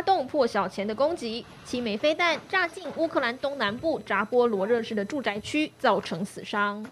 发动破晓前的攻击，7枚飞弹炸进乌克兰东南部扎波罗热市的住宅区，造成死伤。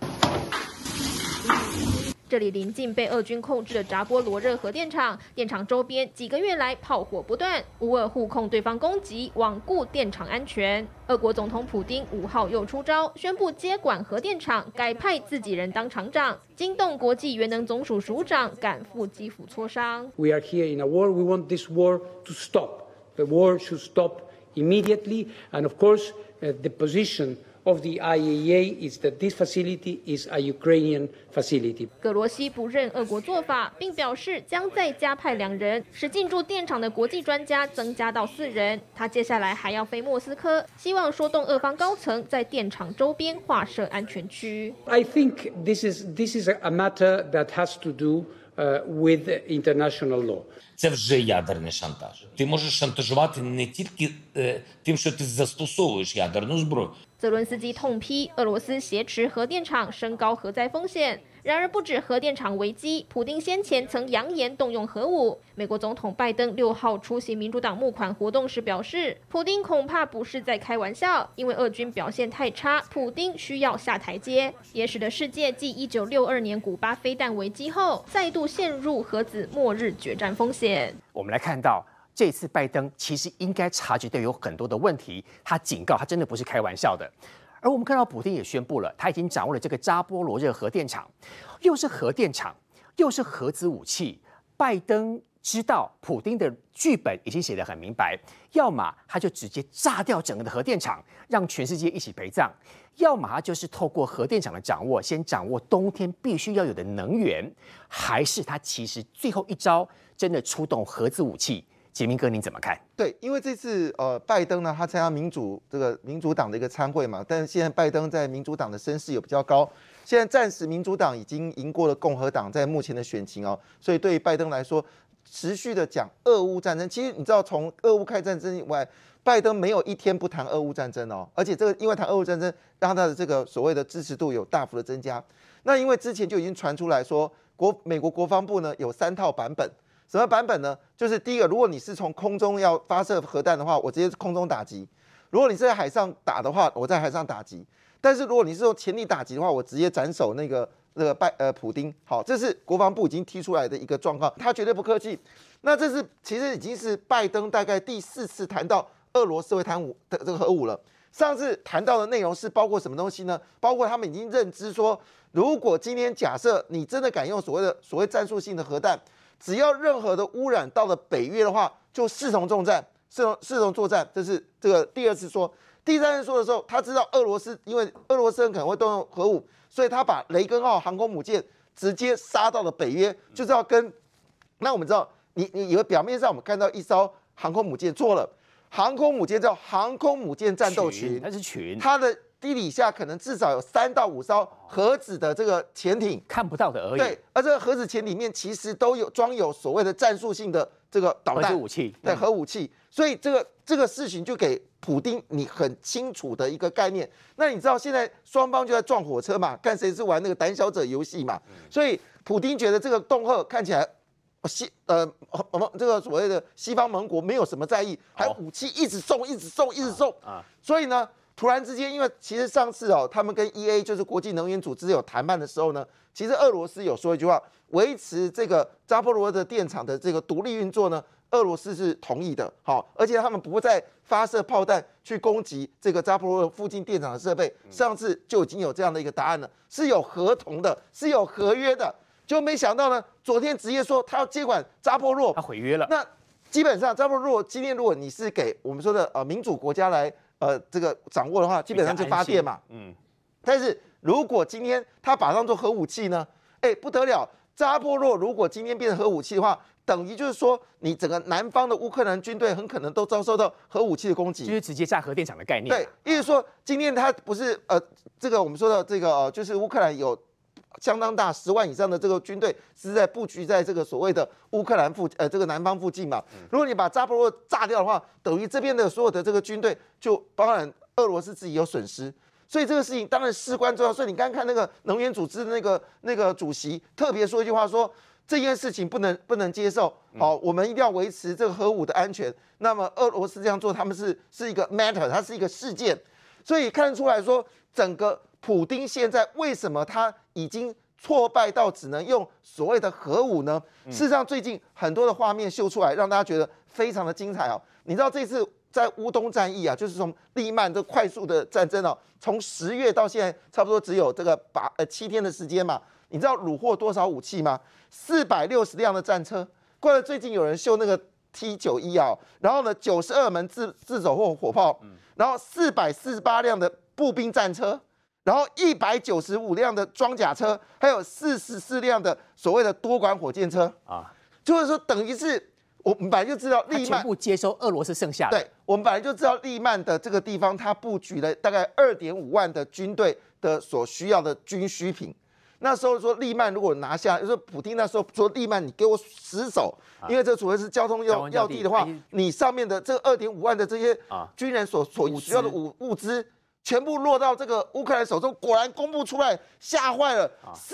这里临近被俄军控制的扎波罗热核电厂，电厂周边几个月来炮火不断，乌俄互控对方攻击，罔顾电厂安全。俄国总统普丁5号又出招，宣布接管核电厂，改派自己人当厂长，惊动国际原能总署署长赶赴基辅磋商。 We are here in a war. We want this war to stop. The war should stop immediately. And of course, the position of the IAEA is that this facility is a Ukrainian facility. 葛罗西不认俄国做法，并表示将再加派2人，使进驻电厂的国际专家增加到4人。他接下来还要飞莫斯科，希望说动俄方高层在电厂周边划设安全区。 I think this is a matter that has to do with international law. Це вже ядерний шантаж. Ти можеш шантажувати не тільки тим, що ти застосовуєш ядерну зброю. 泽伦斯基痛批俄罗斯挟持核电厂，升高核灾风险。然而，不止核电厂危机，普丁先前曾扬言动用核武。美国总统拜登6号出席民主党募款活动时表示，普丁恐怕不是在开玩笑，因为俄军表现太差，普丁需要下台阶，也使得世界继1962年古巴飞弹危机后，再度陷入核子末日决战风险。 我们来看到。这次拜登其实应该察觉到有很多的问题，他警告他真的不是开玩笑的。而我们看到普丁也宣布了，他已经掌握了这个扎波罗热核电厂，又是核电厂，又是核子武器。拜登知道普丁的剧本已经写得很明白，要么他就直接炸掉整个的核电厂，让全世界一起陪葬；要么他就是透过核电厂的掌握，先掌握冬天必须要有的能源，还是他其实最后一招真的出动核子武器。杰明哥，你怎么看？ 对，因为这次拜登呢，他参加民主党的一个参会嘛，但是现在拜登在民主党的声势也比较高，现在暂时民主党已经赢过了共和党在目前的选情哦，所以对于拜登来说，持续的讲俄乌战争，其实你知道从俄乌开战争以外，拜登没有一天不谈俄乌战争哦，而且这个因为谈俄乌战争，让他的这个所谓的支持度有大幅的增加。那因为之前就已经传出来说，美国国防部呢有3套版本。什么版本呢？就是第一个，如果你是从空中要发射核弹的话，我直接空中打击；如果你是在海上打的话，我在海上打击。但是如果你是用潜艇打击的话，我直接斩首那个普丁。好，这是国防部已经提出来的一个状况，他绝对不客气。那这是其实已经是拜登大概第4次谈到俄罗斯会谈这个核武了。上次谈到的内容是包括什么东西呢？包括他们已经认知说，如果今天假设你真的敢用所谓战术性的核弹。只要任何的污染到了北约的话，就视同作战，视同作战。这是这个第2次说，第3次说的时候，他知道俄罗斯，因为俄罗斯很可能会动用核武，所以他把雷根号航空母舰直接杀到了北约，就是要跟。那我们知道，你以为表面上我们看到一艘航空母舰，错了，航空母舰叫航空母舰战斗群， 它是群， 它的地底下可能至少有3到5艘核子的这个潜艇， 看不到的而已。 对，而这个核子潜艇里面其实都有装有所谓的战术性的这个导弹核武器， 对，核武器。所以这个事情就给普丁你很清楚的一个概念。那你知道现在双方就在撞火车嘛，看谁是玩那个胆小者游戏嘛。所以普丁觉得这个恫吓看起来。这个所谓的西方盟国没有什么在意，还武器一直送啊！所以呢，突然之间，因为其实上次他们跟 EA 就是国际能源组织有谈判的时候呢，其实俄罗斯有说一句话，维持这个扎波罗热电厂的这个独立运作呢，俄罗斯是同意的，好，而且他们不会再发射炮弹去攻击这个扎波罗热附近电厂的设备。上次就已经有这样的一个答案了，是有合同的，是有合约的。就没想到呢，昨天直接说他要接管扎波洛， 他毁约了。 那基本上扎波洛今天如果你是给我们说的民主国家来这个掌握的话，基本上就发电嘛。但是如果今天他把它当做核武器呢，不得了，扎波洛如果今天变成核武器的话，等于就是说你整个南方的乌克兰军队很可能都遭受到核武器的攻击， 就是直接炸核电厂的概念。 对，意思说今天他不是这个我们说的这个就是乌克兰有。相当大10万以上的这个军队是在布局在这个所谓的乌克兰这个南方附近嘛。如果你把扎波罗炸掉的话，等于这边的所有的这个军队就当然俄罗斯自己有损失，所以这个事情当然事关重要。所以你刚刚看那个能源组织的那个主席特别说一句话说， 这件事情不能接受。好，我们一定要维持这个核武的安全。那么俄罗斯这样做，他们是一个 matter， 它是一个事件，所以看得出来说，整个普丁现在为什么他已经挫败到只能用所谓的核武呢？事实上，最近很多的画面秀出来，让大家觉得非常的精彩哦。你知道这次在乌东战役啊，就是从利曼这快速的战争哦，从10月到现在差不多只有这个7天的时间嘛。你知道虏获多少武器吗？460辆的战车，怪了最近有人秀那个 T91啊，然后呢92门自走火炮，然后448辆的步兵战车，然后195辆的装甲车，还有44辆的所谓的多管火箭车啊，就是说等于是我们本来就知道利曼全部接收俄罗斯剩下的， 对，我们本来就知道利曼的这个地方，它布局了大概2.5万的军队的所需要的军需品。那时候说利曼如果拿下，就是普丁那时候说利曼你给我死守，因为这除了是交通要地的话，你上面的这个2.5万的这些军人所需要的物资，全部落到这个乌克兰手中。果然公布出来，吓坏了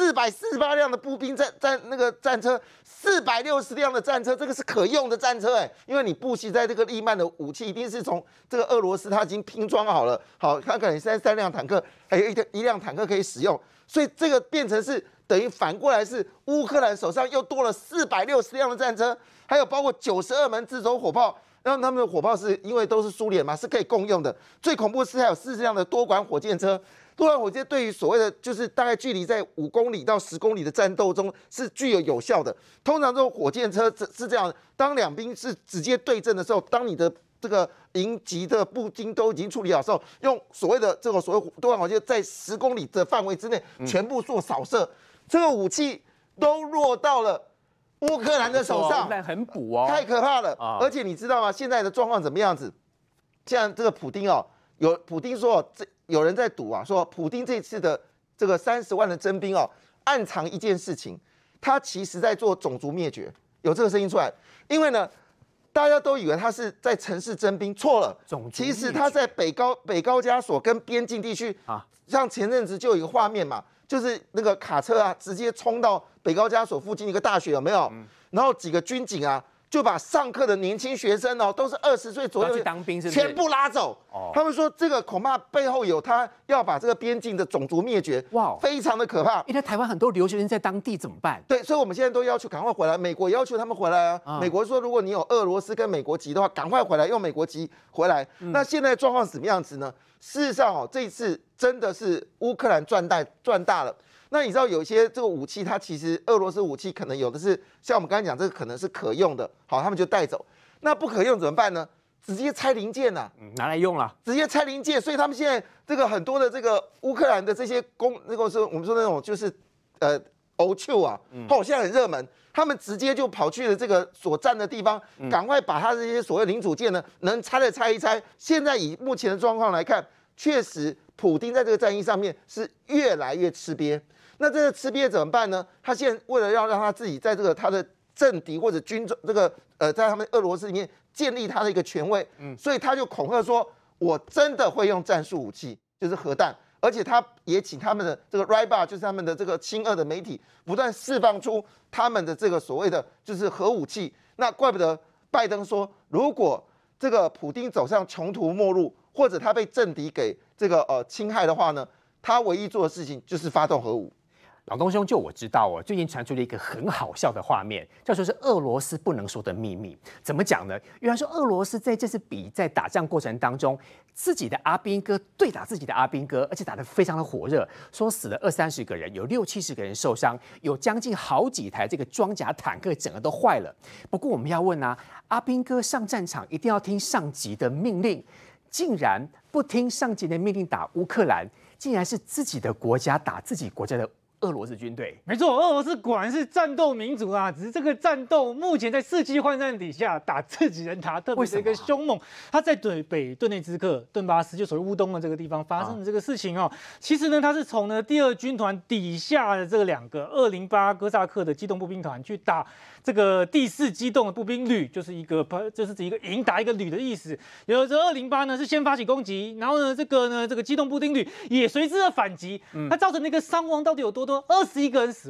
，448辆的步兵那个战车，460辆的战车，这个是可用的战车因为你布袭在这个利曼的武器一定是从这个俄罗斯他已经拼装好了，好，他可能现在3辆坦克，还有一辆坦克可以使用。所以这个变成是等于反过来是乌克兰手上又多了460辆的战车，还有包括92门自走火炮，然后他们的火炮是因为都是苏联嘛，是可以共用的。最恐怖的是还有40辆的多管火箭车，多管火箭对于所谓的就是大概距离在5公里到10公里的战斗中是具有效的。通常这种火箭车是这样，当两兵是直接对阵的时候，当你的这个营级的步兵都已经处理好之后，用所谓的这个所谓多管火箭在10公里的范围之内全部做扫射，这个武器都落到了乌克兰的手上， 很补哦， 太可怕了。而且你知道吗？现在的状况怎么样子？像这个普丁普丁说有人在赌啊，说普丁这次的这个30万的征兵暗藏一件事情，他其实在做种族灭绝，有这个声音出来，因为呢。大家都以为他是在城市征兵，错了。其实他在北高加索跟边境地区像前阵子就有一个画面嘛，就是那个卡车直接冲到北高加索附近一个大学，有没有？然后几个军警就把上课的年轻学生都是20岁左右去当兵， 全部拉走。他们说这个恐怕背后有他要把这个边境的种族灭绝，非常的可怕。 因为台湾很多留学生在当地怎么办？ 对，所以我们现在都要求赶快回来。美国要求他们回来美国说如果你有俄罗斯跟美国籍的话，赶快回来，用美国籍回来。那现在状况是什么样子呢？事实上这一次真的是乌克兰赚大了。那你知道有一些这个武器，它其实俄罗斯武器可能有的是像我们刚才讲，这个可能是可用的，好，他们就带走。那不可用怎么办呢？直接拆零件拿来用了， 直接拆零件。所以他们现在这个很多的这个乌克兰的这些那个是我们说那种就是欧丘现在很热门，他们直接就跑去了这个所占的地方，赶快把他这些所谓零组件呢能拆的拆一拆。现在以目前的状况来看，确实普丁在这个战役上面是越来越吃瘪。那这个吃瘪怎么办呢？他现在为了要让他自己在这个他的政敌或者军这个在他们俄罗斯里面建立他的一个权威，所以他就恐吓说，我真的会用战术武器，就是核弹，而且他也请他们的这个 Rybar， 就是他们的这个亲俄的媒体，不断释放出他们的这个所谓的就是核武器。那怪不得拜登说，如果这个普丁走上穷途末路，或者他被政敌给这个侵害的话呢，他唯一做的事情就是发动核武。 老东兄，就我知道最近传出了一个很好笑的画面，叫做是俄罗斯不能说的秘密。怎么讲呢？原来说俄罗斯在这次比赛打仗过程当中，自己的阿兵哥对打自己的阿兵哥，而且打得非常的火热，说死了20-30个人，有60-70个人受伤，有将近好几台这个装甲坦克整个都坏了。不过我们要问阿兵哥上战场一定要听上级的命令，竟然不听上级的命令打乌克兰，竟然是自己的国家打自己国家的俄罗斯军队。 没错，俄罗斯果然是战斗民族只是这个战斗目前在4季换战底下打自己人打特别的一个凶猛。他在北顿内兹克、顿巴斯，就所谓乌东的这个地方发生的这个事情其实呢，他是从第2军团底下的这个2个208哥萨克的机动步兵团去打这个第4机动的步兵旅，就是一个营打一个旅的意思。有这208呢是先发起攻击，然后呢这个机动步兵旅也随之的反击，它造成那个伤亡到底有多多？21个人死亡。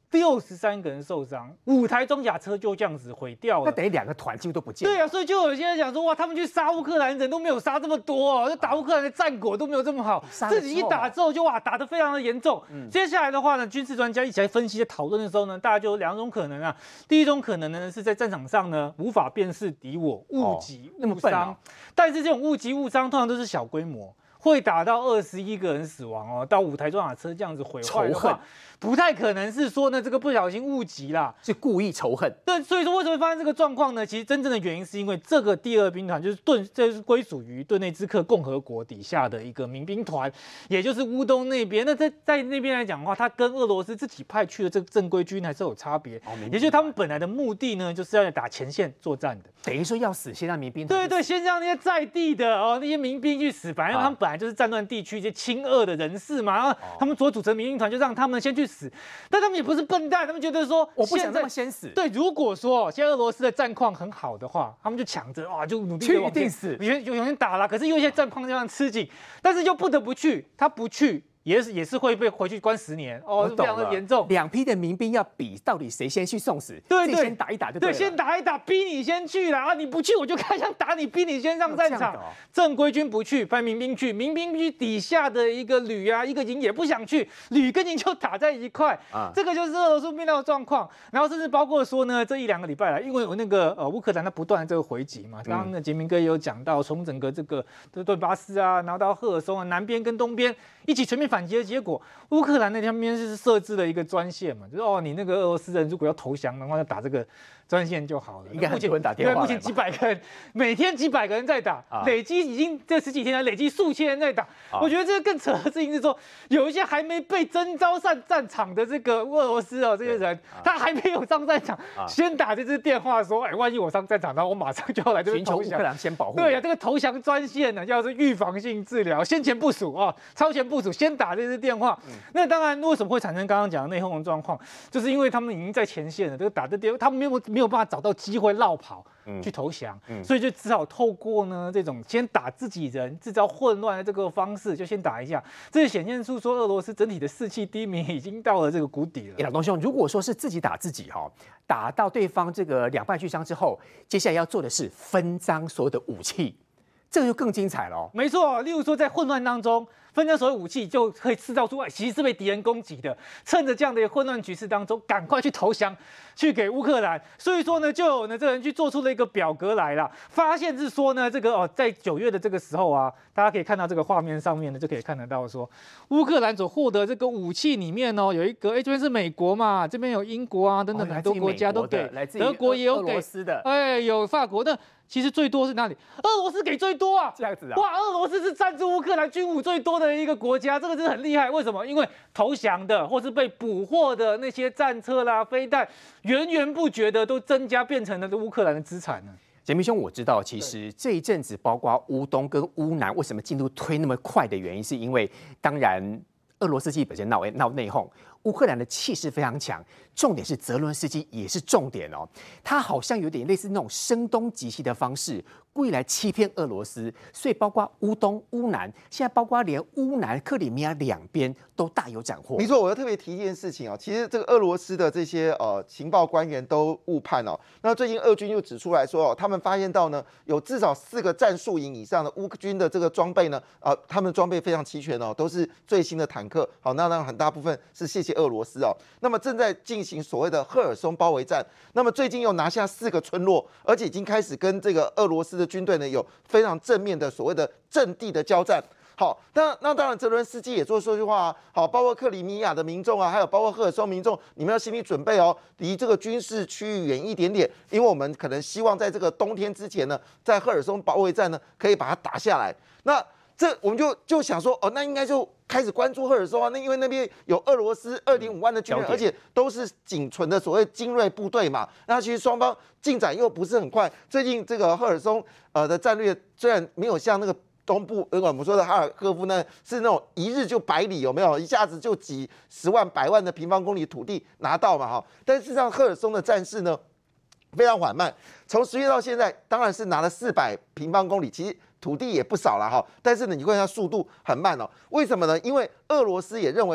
63个人受伤，5台装甲车就这样子毁掉了。 那等于2个团几乎都不见了。 对啊，所以就有些人讲说，哇，他们去杀乌克兰人都没有杀这么多哦，就打乌克兰的战果都没有这么好，自己一打之后就哇打得非常的严重。接下来的话呢，军事专家一起来分析、讨论的时候呢，大家就有2种可能啊。第一种可能呢是在战场上呢无法辨识敌我，误击误伤，但是这种误击误伤通常都是小规模。会打到21个人死亡哦，到5台装甲车这样子毁坏的话，不太可能是说呢这个不小心误击啦， 是故意仇恨。 对，所以说为什么会发生这个状况呢？其实真正的原因是因为这个第2兵团这是归属于顿内兹克共和国底下的一个民兵团，也就是乌东那边。那在那边来讲的话，它跟俄罗斯自己派去的这个正规军还是有差别。也就是他们本来的目的呢，就是要打前线作战的。 等于说要死，先让民兵团对，先让那些在地的那些民兵去死，反正他们本来就是战乱地区一些亲俄的人士嘛，然后他们所组成民兵团就让他们先去死，但他们也不是笨蛋，他们觉得说我不想那么先死。 对，如果说现在俄罗斯的战况很好的话，他们就抢着就努力的往前， 一定死， 有人打了，可是因为现在战况这样吃紧，但是又不得不去，他不去。也是会被回去关10年哦，非常的严重。 2批的民兵要比到底谁先去送死， 对， 先打一打就对了。 对，先打一打，逼你先去啦你不去我就开枪打你，逼你先上战场。正规军不去，派民兵去，民兵区底下的一个旅一个营也不想去，旅跟营就打在一块这个就是俄罗斯面临的状况。然后甚至包括说呢，这1-2个礼拜来，因为有那个乌克兰它不断的这个回击嘛，刚刚的杰明哥也有讲到，从整个这个顿巴斯然后到赫尔松南边跟东边一起全面反击的结果。乌克兰那边是设置了一个专线嘛，就是你那个俄罗斯人如果要投降的话，就打这个专线就好了。 应该很多人打电话。 对，目前几百个人，每天几百个人在打，累积已经这10几天了，累积数千人在打。我觉得这个更扯的事情是说，有一些还没被征召上战场的这个俄罗斯这些人，他还没有上战场，先打这支电话说，万一我上战场，然后我马上就要来这边投降。 寻求乌克兰先保护。 对呀，这个投降专线呢，叫做预防性治疗，先前部署超前部署，先打这支电话。那当然，为什么会产生刚刚讲的内讧的状况？就是因为他们已经在前线了，这个打的电话，他们没有办法找到机会绕跑去投降，所以就只好透过呢这种先打自己人，制造混乱的这个方式，就先打一下。这也显现出说俄罗斯整体的士气低迷已经到了这个谷底了。 老东兄，如果说是自己打自己打到对方这个2败俱伤之后，接下来要做的是分赃所有的武器。这个就更精彩了没错，例如说在混乱当中，分赃所有武器就可以制造出其实是被敌人攻击的，趁着这样的混乱局势当中，赶快去投降，去给乌克兰。所以说呢，就有呢这人去做出了一个表格来了，发现是说呢，这个在9月的这个时候大家可以看到这个画面上面呢，就可以看得到说，乌克兰所获得这个武器里面有一个，这边是美国嘛，这边有英国等等很多国家都给，德国也有给，有法国的。其实最多是哪里？俄罗斯给最多这样子哇，俄罗斯是赞助乌克兰军武最多的一个国家，这个真的很厉害。为什么？因为投降的或是被捕获的那些战车啦、飞弹，源源不绝的都增加变成了乌克兰的资产呢。 杰明兄，我知道，其实这一阵子包括乌东跟乌南为什么进度推那么快的原因，是因为当然俄罗斯自己本身闹内讧。乌克兰的气势非常强，重点是泽伦斯基也是重点他好像有点类似那种声东击西的方式，故意来欺骗俄罗斯，所以包括乌东、乌南，现在包括连乌南、克里米亚2边都大有斩获。 没错，我要特别提一件事情其实这个俄罗斯的这些情报官员都误判那最近俄军又指出来说他们发现到呢有至少4个战术营以上的乌军的这个装备呢他们装备非常齐全都是最新的坦克那当然很大部分是谢谢俄罗斯那么正在进行所谓的赫尔松包围战，那么最近又拿下4个村落，而且已经开始跟这个俄罗斯的军队呢有非常正面的所谓的阵地的交战。好，那当然泽伦斯基也说句话好，包括克里米亚的民众还有包括赫尔松民众，你们要心理准备离这个军事区域远一点点，因为我们可能希望在这个冬天之前呢，在赫尔松包围战呢可以把它打下来。那这我们就想说那应该就开始关注赫尔松那因为那边有俄罗斯2.5万的军人，而且都是仅存的所谓精锐部队嘛。那其实双方进展又不是很快。最近这个赫尔松的战略虽然没有像那个东部我们说的哈尔科夫呢是那种一日就100里，有没有？一下子就几10万、100万的平方公里土地拿到嘛但事实上赫尔松的战事呢非常缓慢，从10月到现在当然是拿了400平方公里，其实土地也不少了但是呢，你看它速度很慢为什么呢？因为俄罗斯也认为说，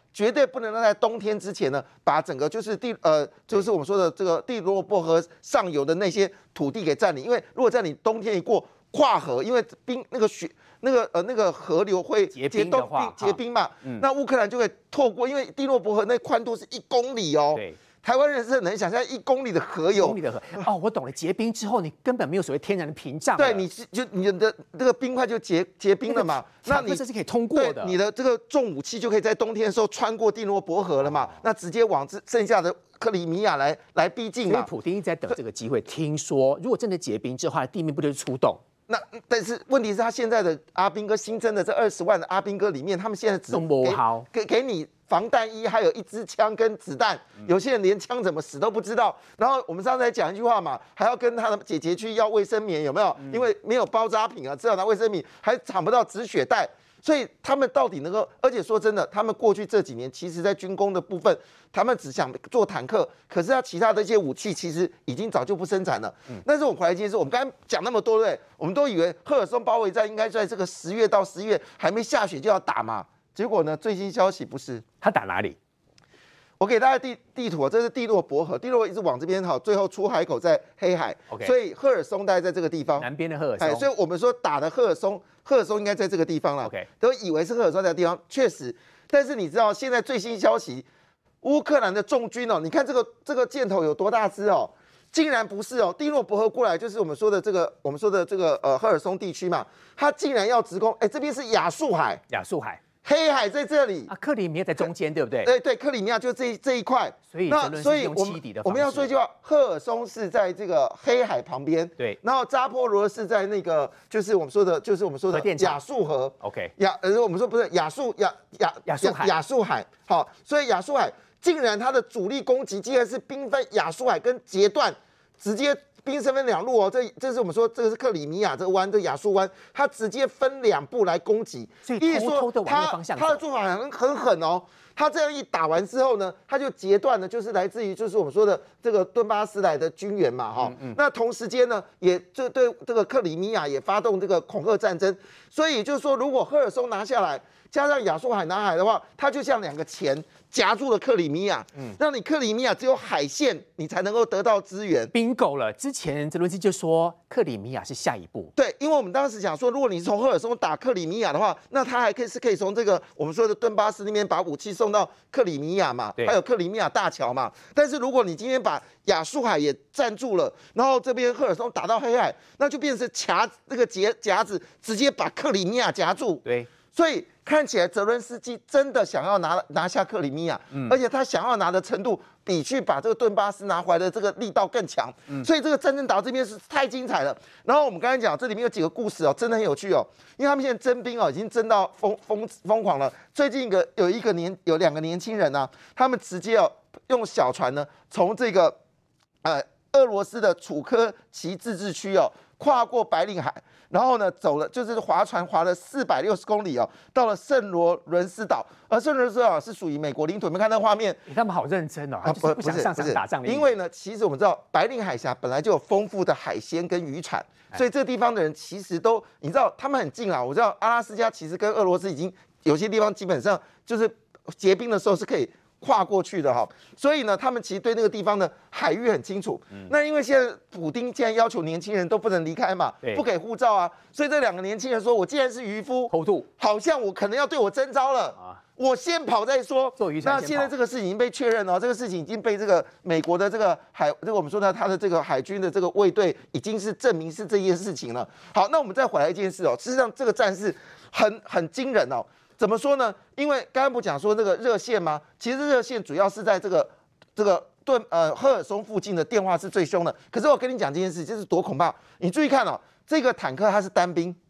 绝对不能让在冬天之前呢，把整个就是就是我们说的这个第罗伯河上游的那些土地给占领，因为如果在你冬天一过跨河，因为那个雪那个河流会结冰嘛，那乌克兰就会透过，因为第罗伯河那宽度是1公里哦。 对。 台湾人是很难想象1公里的河有 1公里的河哦，我懂了。结冰之后，你根本没有所谓天然的屏障。 对，你的这个冰块就结冰了嘛， 那你这是可以通过的。 你的这个重武器就可以在冬天的时候穿过第罗伯河了嘛，那直接往剩下的克里米亚来逼近嘛。 所以普丁一直在等这个机会。听说如果真的结冰之后，地面部队出动。 但是问题是他现在的阿兵哥新增的这20万的阿兵哥里面，他们现在只给你防弹衣，还有1支枪跟子弹，有些人连枪怎么死都不知道。然后我们上次才讲一句话嘛，还要跟他的姐姐去要卫生棉，有没有？因为没有包扎品啊，只好拿卫生棉，还抢不到止血带。所以他们到底能够，而且说真的，他们过去这几年，其实在军工的部分，他们只想做坦克，可是他其他的一些武器，其实已经早就不生产了。但是我们回来一件事，我们刚才讲那么多，对不对？我们都以为赫尔松包围战应该在这个10月到11月还没下雪就要打嘛，结果呢，最新消息不是， 他打哪里？ 我给大家地图啊，这是第洛伯河，第洛一直往这边好，最后出海口在黑海，所以赫尔松大概在这个地方， 南边的赫尔松， 所以我们说打的赫尔松应该在这个地方了，都以为是赫尔松在地方，确实，但是你知道现在最新消息，乌克兰的重军哦，你看这个箭头有多大支哦，竟然不是哦，第洛伯河过来就是我们说的这个赫尔松地区嘛，它竟然要直攻，这边是亚速海。黑海在这里啊，克里米亚在中间，对不对？ 对，克里米亚就这一块。 所以我们要说一句话，赫尔松是在这个黑海旁边， 对。 然后扎波罗是在那个，就是我们说的亚速河 ，OK。 我们说不是亚速海，好，所以亚速海竟然它的主力攻击竟然是兵分亚速海跟截断，直接。兵分2路哦，这是我们说这个是克里米亚这个湾，这亚速湾，它直接分2步来攻击， 所以偷偷的往那个方向走。 他的做法很狠哦，他这样一打完之后呢，他就截断了，就是来自于就是我们说的这个顿巴斯来的军援嘛，哈，那同时间呢，也就对这个克里米亚也发动这个恐吓战争，所以就是说，如果赫尔松拿下来，加上亚速海拿海的话，它就像2个钳夹住了克里米亚，让你克里米亚只有海线，你才能够得到资源。 bingo 了，之前泽伦斯基就说克里米亚是下一步。 对，因为我们当时讲说，如果你是从赫尔松打克里米亚的话，那他还可以从这个我们说的顿巴斯那边把武器送到克里米亚嘛，还有克里米亚大桥嘛。但是如果你今天把亚速海也占住了，然后这边赫尔松打到黑海，那就变成那个夹子，直接把克里米亚夹住。 对。 所以看起来泽伦斯基真的想要拿下克里米亚，而且他想要拿的程度比去把这个顿巴斯拿回来的这个力道更强，所以这个战争打到这边是太精彩了。然后我们刚才讲这里面有几个故事哦，真的很有趣哦，因为他们现在征兵哦已经征到疯狂了。最近有2个年轻人啊，他们直接用小船呢从这个俄罗斯的楚科奇自治区跨过白令海。然后呢，走了就是划船划了460公里到了圣罗伦斯岛，而圣罗伦斯岛是属于美国领土。你们看那画面， 他们好认真哦，不想上场打仗的。 因为呢，其实我们知道白令海峡本来就有丰富的海鲜跟渔产，所以这个地方的人其实都，你知道他们很近啊。我知道阿拉斯加其实跟俄罗斯已经有些地方基本上就是结冰的时候是可以跨过去的哈，所以呢，他们其实对那个地方的海域很清楚。那因为现在普丁既然要求年轻人都不能离开嘛，不给护照啊，所以这2个年轻人说：“我既然是渔夫， 偷渡， 好像我可能要对我征召了啊，我先跑再说。” 做渔船。 那现在这个事情已经被确认了，这个事情已经被这个美国的这个我们说的他的这个海军的这个卫队已经是证明是这件事情了。好，那我们再回来一件事事实上这个战事很惊人哦。怎么说呢？因为刚刚不讲说这个热线吗？其实热线主要是在这个赫尔松附近的电话是最凶的。可是我跟你讲这件事，这是多恐怖！你注意看哦，这个坦克它是单兵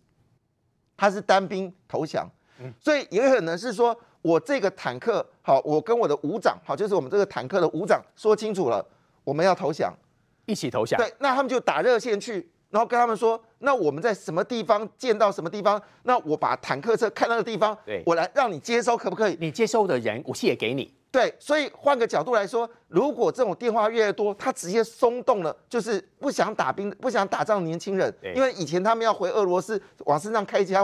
投降，所以也可能是说我这个坦克好，我跟我的武长好，就是我们这个坦克的武长说清楚了，我们要投降， 一起投降。 对，那他们就打热线去。然后跟他们说，那我们在什么地方见到什么地方，那我把坦克车开那个地方，我来让你接收，可不可以？ 你接收的人，武器也给你。 对，所以换个角度来说，如果这种电话越来越多，他直接松动了，就是不想打仗的年轻人，因为以前他们要回俄罗斯往身上开枪嘛，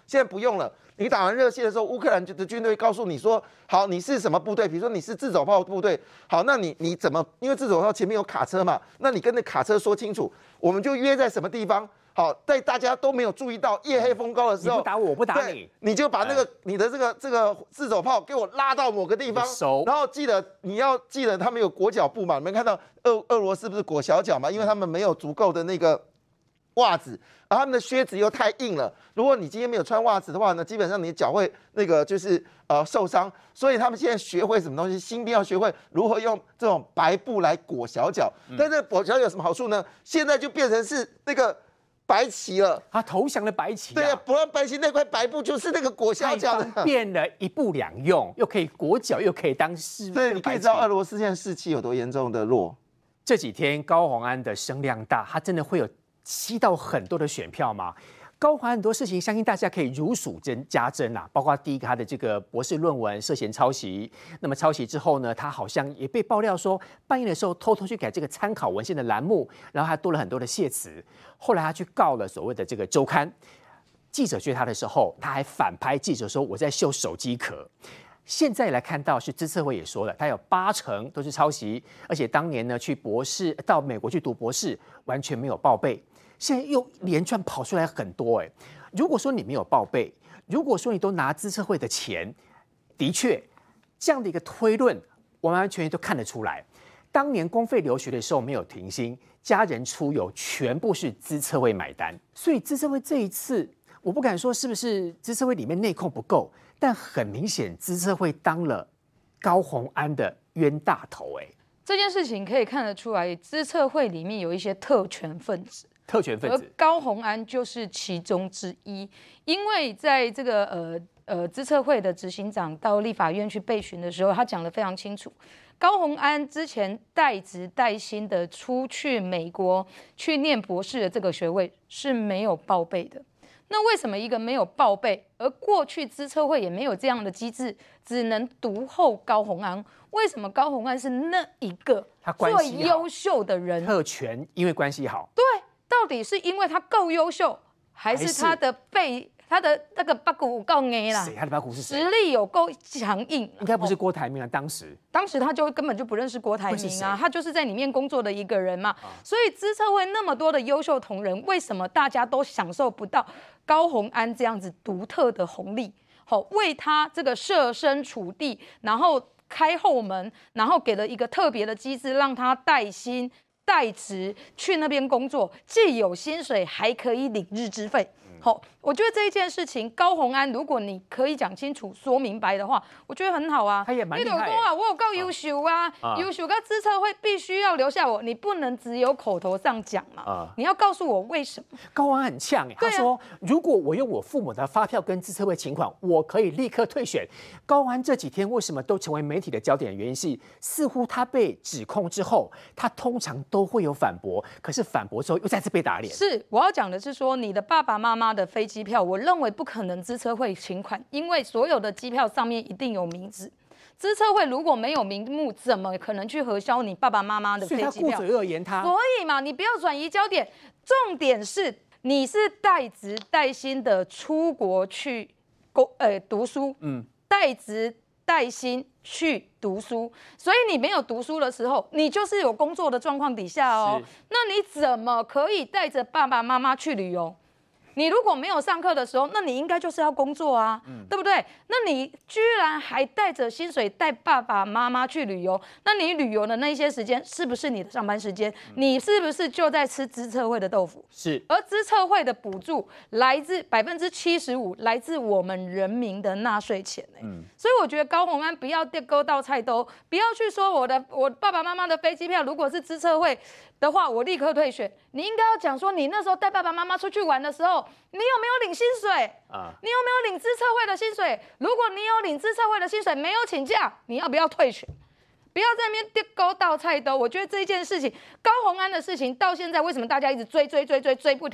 现在不用了。你打完热线的时候，乌克兰的军队告诉你说，好，你是什么部队？比如说你是自走炮部队，好，那你怎么？因为自走炮前面有卡车嘛，那你跟那卡车说清楚，我们就约在什么地方。好，在大家都没有注意到夜黑风高的时候， 你不打我，我不打你， 你就把那个你的这个自走炮给我拉到某个地方，然后你要记得他们有裹脚布嘛，你们看到俄罗斯不是裹小脚嘛？因为他们没有足够的那个袜子，而他们的靴子又太硬了。如果你今天没有穿袜子的话呢，基本上你的脚会那个就是受伤。所以他们现在学会什么东西？新兵要学会如何用这种白布来裹小脚。但是裹小脚有什么好处呢？现在就变成是那个白旗了， 他投降了白旗。 对啊，不然白旗那块白布就是那个裹小脚的， 变了一布两用，又可以裹脚，又可以当士。 对，你可以知道俄罗斯现在士气有多严重的弱。 这几天高虹安的声量大，他真的会有吸到很多的选票吗？高虹安很多事情，相信大家可以如数家珍啊，包括第一个他的这个博士论文涉嫌抄袭，那么抄袭之后呢，他好像也被爆料说半夜的时候偷偷去改这个参考文献的栏目，然后还多了很多的谢词。后来他去告了所谓的这个周刊，记者追他的时候，他还反拍记者说我在秀手机壳。现在来看到是资策会也说了，他有80%都是抄袭，而且当年呢到美国去读博士完全没有报备。现在又连串跑出来很多如果说你没有报备，如果说你都拿资策会的钱，的确这样的一个推论完完全全都看得出来。当年公费留学的时候没有停薪，家人出游全部是资策会买单，所以资策会这一次我不敢说是不是资策会里面内控不够，但很明显资策会当了高虹安的冤大头这件事情可以看得出来，资策会里面有一些特权分子。而高虹安就是其中之一，因为在这个资策会的执行长到立法院去备询的时候，他讲得非常清楚，高虹安之前带职带薪的出去美国去念博士的这个学位是没有报备的。那为什么一个没有报备，而过去资策会也没有这样的机制，只能独厚高虹安？为什么高虹安是那一个最优秀的人？ 特权，因为关系好。 对。到底是因为他够优秀，还是他的那个八股够硬啦？ 谁？他的八股是谁？ 实力有够强硬？ 应该不是郭台铭啊，当时他就根本就不认识郭台铭啊，他就是在里面工作的一个人嘛。所以资策会那么多的优秀同仁，为什么大家都享受不到高虹安这样子独特的红利？为他这个设身处地，然后开后门，然后给了一个特别的机制，让他带薪。带职去那边工作，既有薪水，还可以领日资费。我觉得这一件事情，高虹安如果你可以讲清楚、说明白的话，我觉得很好啊。 他也蛮厉害。 我有够优秀啊，优秀到资策会必须要留下我，你不能只有口头上讲嘛。你要告诉我为什么。 高虹安很呛他说，如果我用我父母的发票跟资策会请款，我可以立刻退选。高虹安这几天为什么都成为媒体的焦点？原因是似乎他被指控之后，他通常都会有反驳，可是反驳之后又再次被打脸。 是，我要讲的是说，你的爸爸妈妈的飞机票，我认为不可能资策会请款，因为所有的机票上面一定有名字。资策会如果没有名目，怎么可能去核销你爸爸妈妈的飞机票？ 所以他顾嘴恶言他。 所以嘛，你不要转移焦点，重点是你是带职带薪的出国去读书，带职带薪去读书，所以你没有读书的时候，你就是有工作的状况底下哦。那你怎么可以带着爸爸妈妈去旅游？你如果没有上课的时候，那你应该就是要工作啊，对不对？那你居然还带着薪水带爸爸妈妈去旅游，那你旅游的那些时间是不是你的上班时间？你是不是就在吃资策会的豆腐？ 是。而资策会的补助来自75%，来自我们人民的纳税钱所以我觉得高虹安不要跌沟到菜兜，不要去说我爸爸妈妈的飞机票如果是资策会的话，我立刻退选。你应该要讲说，你那时候带爸爸妈妈出去玩的时候，你有没有领薪水？你有没有领资策会的薪水？如果你有领资策会的薪水，没有请假，你要不要退选？不要在那边跌沟到菜兜。我觉得这一件事情，高虹安的事情到现在为什么大家一直追不停？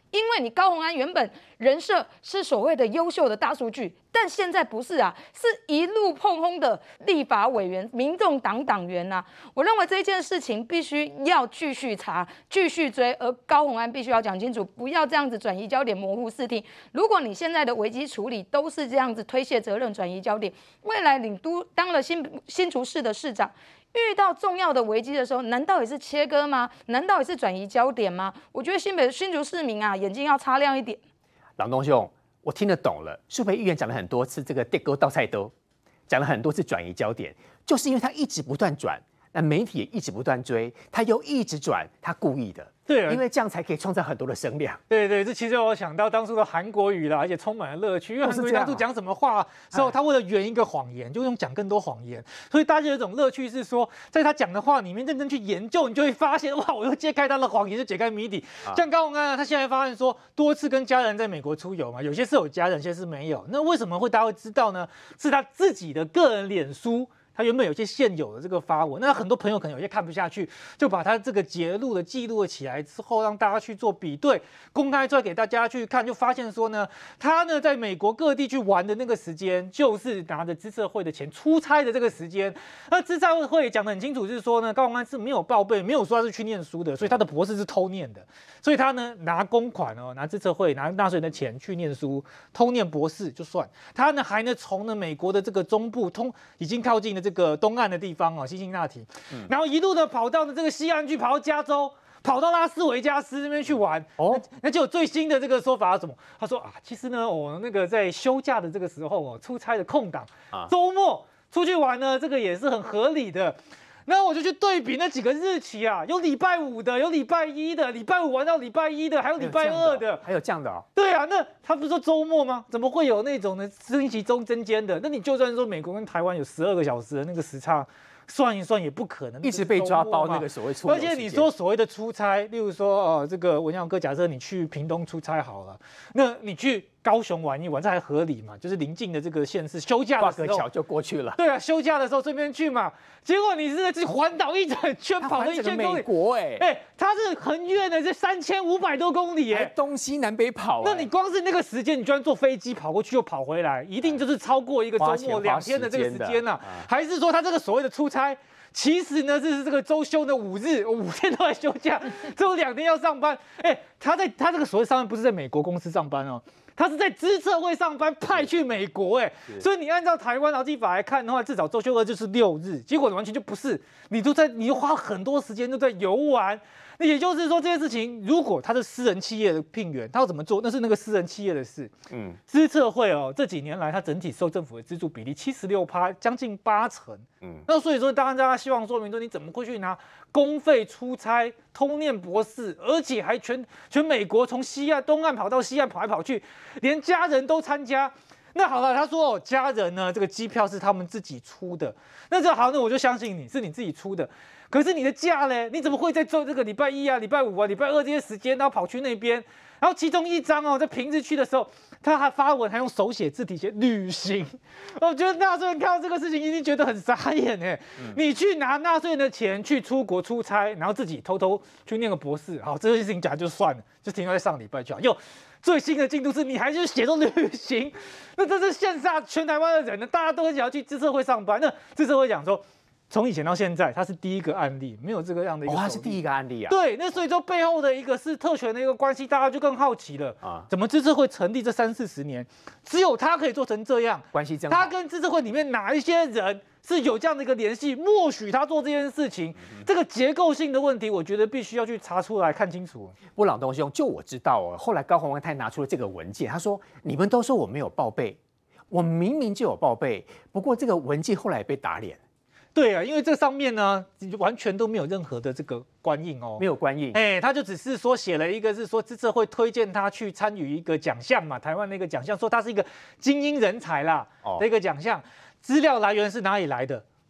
因为你高虹安原本人设是所谓的优秀的大数据，但现在不是啊，是一路碰轰的立法委员、民众党党员啊。我认为这件事情必须要继续查、继续追，而高虹安必须要讲清楚，不要这样子转移焦点、模糊视听。如果你现在的危机处理都是这样子推卸责任、转移焦点，未来你当了新竹市的市长，遇到重要的危机的时候，难道也是切割吗？难道也是转移焦点吗？我觉得新竹市民啊，眼睛要擦亮一点。 郎东兄，我听得懂了。苏培议员讲了很多次这个地沟倒菜兜，讲了很多次转移焦点，就是因为他一直不断转，那媒体也一直不断追，他又一直转，他故意的。 对啊， 因为这样才可以创造很多的声量。 对对，这其实让我想到当初的韩国瑜啦，而且充满了乐趣。因为韩国瑜当初讲什么话之后，他为了圆一个谎言，就用讲更多谎言，所以大家有一种乐趣是说，在他讲的话里面认真去研究，你就会发现哇，我又揭开他的谎言，就解开谜底。像高虹安他现在发现说，多次跟家人在美国出游嘛，有些是有家人，有些是没有。那为什么大家会知道呢？是他自己的个人脸书。他原本有些现有的这个发文，那很多朋友可能有些看不下去，就把他这个截录的记录了起来之后，让大家去做比对，公开出来给大家去看，就发现说呢，他呢在美国各地去玩的那个时间，就是拿着资策会的钱出差的这个时间。那资策会讲得很清楚，就是说呢，高虹安是没有报备，没有说他是去念书的，所以他的博士是偷念的，所以他呢拿公款哦，拿资策会拿纳税人的钱去念书，偷念博士就算。他呢还呢从美国的这个中部已经靠近的这个东岸的地方哦，辛辛那提，然后一路的跑到这个西岸去，跑到加州，跑到拉斯维加斯那边去玩。那就有最新的这个说法是什么？他说啊，其实呢，我那个在休假的这个时候哦，出差的空档，周末出去玩呢，这个也是很合理的。然后我就去对比那几个日期啊，有礼拜5的，有礼拜1的，礼拜5玩到礼拜1的，还有礼拜2的， 还有这样的哦。 对啊，那他不是说周末吗？怎么会有那种呢星期中针尖的？那你就算说美国跟台湾有12个小时的那个时差，算一算也不可能一直被抓包那个所谓出游时间。 而且你说所谓的出差，例如说这个文耀哥，假设你去屏东出差好了，那你去高雄玩一玩，这还合理嘛？就是邻近的这个县市，休假的时候挂个桥就过去了。 对啊，休假的时候顺便去嘛。结果你是在环岛一整圈，跑了1000公里。 美国它是横越的这3500多公里东西南北跑。 那你光是那个时间，你居然坐飞机跑过去又跑回来，一定就是超过一个周末2天的这个时间呐？还是说他这个所谓的出差？其实呢，是这个周休的5日，5天都在休假，只有2天要上班。他这个所谓上班不是在美国公司上班哦，他是在资策会上班，派去美国。所以你按照台湾劳基法来看的话，至少周休2就是6日，结果完全就不是，你又花很多时间都在游玩。那也就是说，这件事情如果他是私人企业的聘员，他要怎么做？那是那个私人企业的事。资策会这几年来，他整体受政府的资助比例76%，将近80%。那所以说，当然大家希望说明说，你怎么会去拿公费出差、偷念博士，而且还全美国从西岸、东岸跑到西岸跑来跑去，连家人都参加。那好了，他说家人呢，这个机票是他们自己出的。那这好，那我就相信你是你自己出的。可是你的假呢？你怎么会在做这个礼拜1啊、礼拜5啊、礼拜2这些时间，然后跑去那边？然后其中一张在平日去的时候，他还发文，还用手写字体写旅行。我觉得纳税人看到这个事情一定觉得很傻眼你去拿纳税人的钱去出国出差，然后自己偷偷去念个博士，好，这件事情讲就算了，就停留在上礼拜就好。最新的进度是你还去写作旅行，那这是羡煞全台湾的人呢，大家都很想要去资策会上班。那资策会讲说，从以前到现在，他是第一个案例，没有这个样的一个。 他是第一个案例啊。 对，那所以说背后的一个是特权的一个关系，大家就更好奇了怎么资策会成立这30-40年，只有他可以做成这样， 关系这样。 他跟资策会里面哪一些人是有这样的一个联系，默许他做这件事情，这个结构性的问题，我觉得必须要去查出来看清楚。 布朗东兄，就我知道后来高虹安他拿出了这个文件，他说你们都说我没有报备，我明明就有报备，不过这个文件后来也被打脸。 对啊，因为这上面呢完全都没有任何的这个官印没有官印， 他就只是说写了一个是说资策会推荐他去参与一个奖项嘛，台湾的一个奖项，说他是一个精英人才啦的一个奖项，资料来源是哪里来的？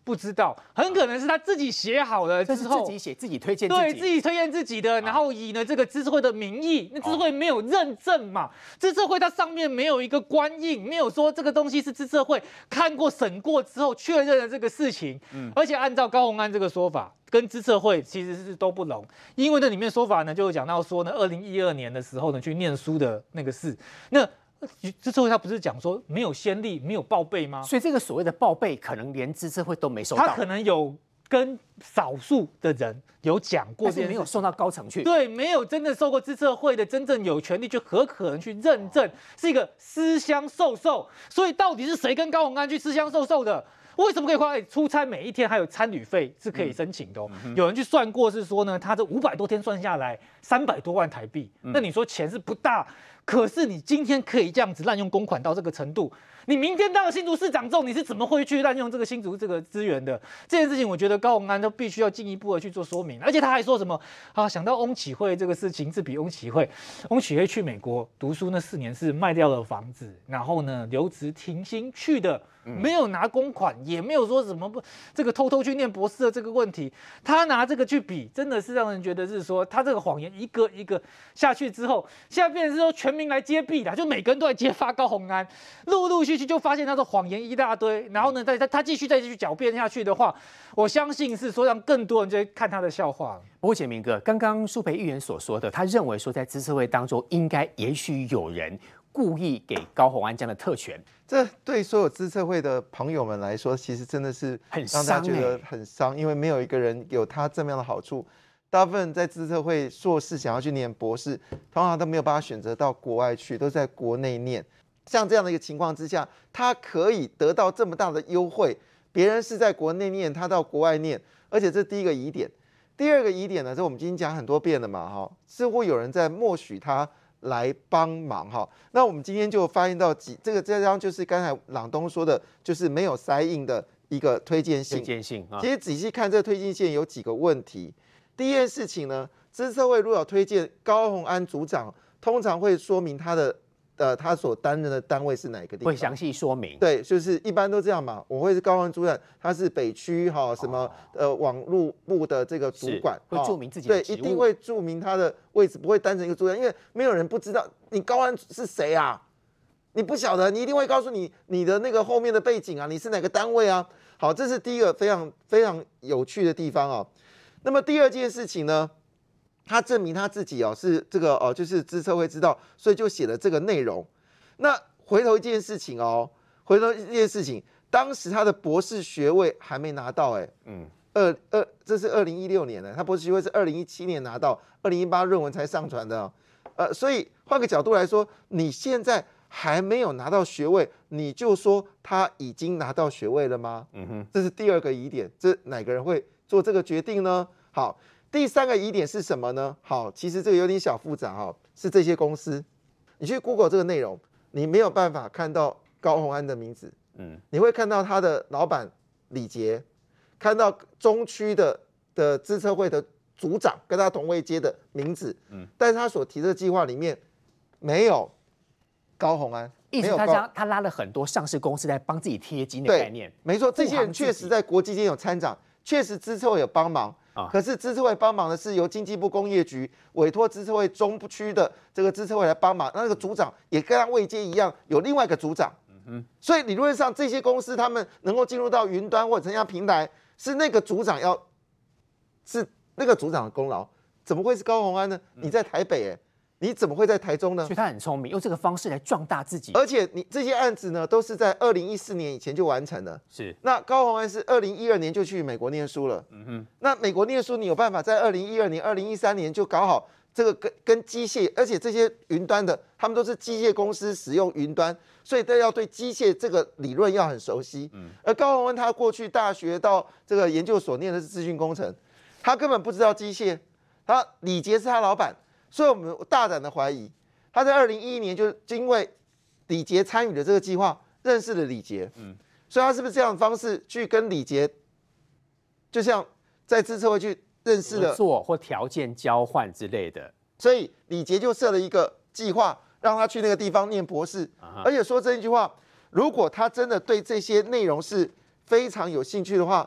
不知道，很可能是他自己写好了之后， 自己写自己推荐自己， 对自己推荐自己的，然后以呢这个资策会的名义，那资策会没有认证嘛，资策会它上面没有一个官印，没有说这个东西是资策会看过审过之后确认了这个事情，而且按照高虹安这个说法，跟资策会其实是都不容，因为那里面说法呢就有讲到说呢，2012年的时候呢去念书的那个事，那。资策会他不是讲说没有先例、没有报备吗？ 所以这个所谓的报备，可能连资策会都没收到。 他可能有跟少数的人有讲过， 但是没有送到高层去。 对，没有真的受过资策会的真正有权利去可能去认证，是一个私相授受。所以到底是谁跟高虹安去私相授受的？为什么可以花出差每一天还有餐旅费是可以申请的？有人去算过是说呢，他这500多天算下来300多万台币，那你说钱是不大，可是你今天可以这样子滥用公款到这个程度，你明天当了新竹市长之后，你是怎么会去滥用这个新竹这个资源的？这件事情，我觉得高虹安都必须要进一步的去做说明。而且他还说什么啊？想到翁启惠这个事情，是比翁启惠去美国读书那4年是卖掉了房子，然后呢留职停薪去的。没有拿公款，也没有说什么这个偷偷去念博士的这个问题，他拿这个去比，真的是让人觉得是说他这个谎言一个一个下去之后，现在变成是说全民来揭弊啦，就每个人都在揭发高虹安，陆续就发现他的谎言一大堆，然后呢，他继续狡辩下去的话，我相信是说让更多人就会看他的笑话了。 不过简明哥，刚刚舒培议员所说的，他认为说在资策会当中，也许有人故意给高虹安这样的特权。 这对所有资策会的朋友们来说，其实真的是让大家觉得很伤，因为没有一个人有他这么样的好处。大部分在资策会硕士想要去念博士，通常都没有办法选择到国外去，都在国内念。像这样的一个情况之下，他可以得到这么大的优惠，别人是在国内念，他到国外念，而且这是第一个疑点。第二个疑点呢，这我们今天讲很多遍了嘛，似乎有人在默许他来帮忙哈，那我们今天就发现到这张就是刚才朗东说的，就是没有塞印的一个推荐信。其实仔细看这个推荐信有几个问题。第一件事情呢，资策会如果推荐高虹安组长，通常会说明他所担任的单位是哪个地方， 会详细说明。 对，就是一般都这样嘛。我会是高虹安组长，他是北区什么网络部的这个主管， 会注明自己的职务， 对，一定会注明他的位置，不会单成一个组长，因为没有人不知道你高安是谁啊，你不晓得，你一定会告诉你的那个后面的背景啊，你是哪个单位啊？好，这是第一个非常非常有趣的地方哦。那么第二件事情呢？他证明他自己是这个就是资策会知道，所以就写了这个内容。那回头一件事情当时他的博士学位还没拿到这是2016年的，他博士学位是2017年拿到，2018论文才上传的所以换个角度来说，你现在还没有拿到学位，你就说他已经拿到学位了吗？这是第二个疑点，这哪个人会做这个决定呢？好。第三个疑点是什么呢？好，其实这个有点小复杂是这些公司，你去 Google 这个内容，你没有办法看到高虹安的名字，你会看到他的老板李杰，看到中区的资策会的组长跟他同位阶的名字，但是他所提的计划里面没有高虹安， 意思他拉了很多上市公司来帮自己贴金的概念， 没错，这些人确实在国际间有参展，确实资策会有帮忙。可是资策会帮忙的是由经济部工业局委托资策会中区的这个资策会来帮忙，那个组长也跟他位阶一样，有另外一个组长。所以理论上这些公司他们能够进入到云端或者城乡平台，是那个组长的功劳，怎么会是高虹安呢？你在台北你怎么会在台中呢？ 所以他很聪明，用这个方式来壮大自己。 而且你这些案子呢，都是在2014年以前就完成了。 是。 那高虹安是2012年就去美国念书了。那美国念书，你有办法在2012年、2013年就搞好这个跟机械，而且这些云端的，他们都是机械公司使用云端，所以都要对机械这个理论要很熟悉。而高虹安他过去大学到这个研究所念的是资讯工程，他根本不知道机械。李杰是他老板。所以我们大胆的怀疑，他在2011年就因为李杰参与了这个计划，认识了李杰，所以他是不是这样的方式去跟李杰，就像在资策会去认识了， 合作或条件交换之类的， 所以李杰就设了一个计划，让他去那个地方念博士，而且说这一句话，如果他真的对这些内容是非常有兴趣的话，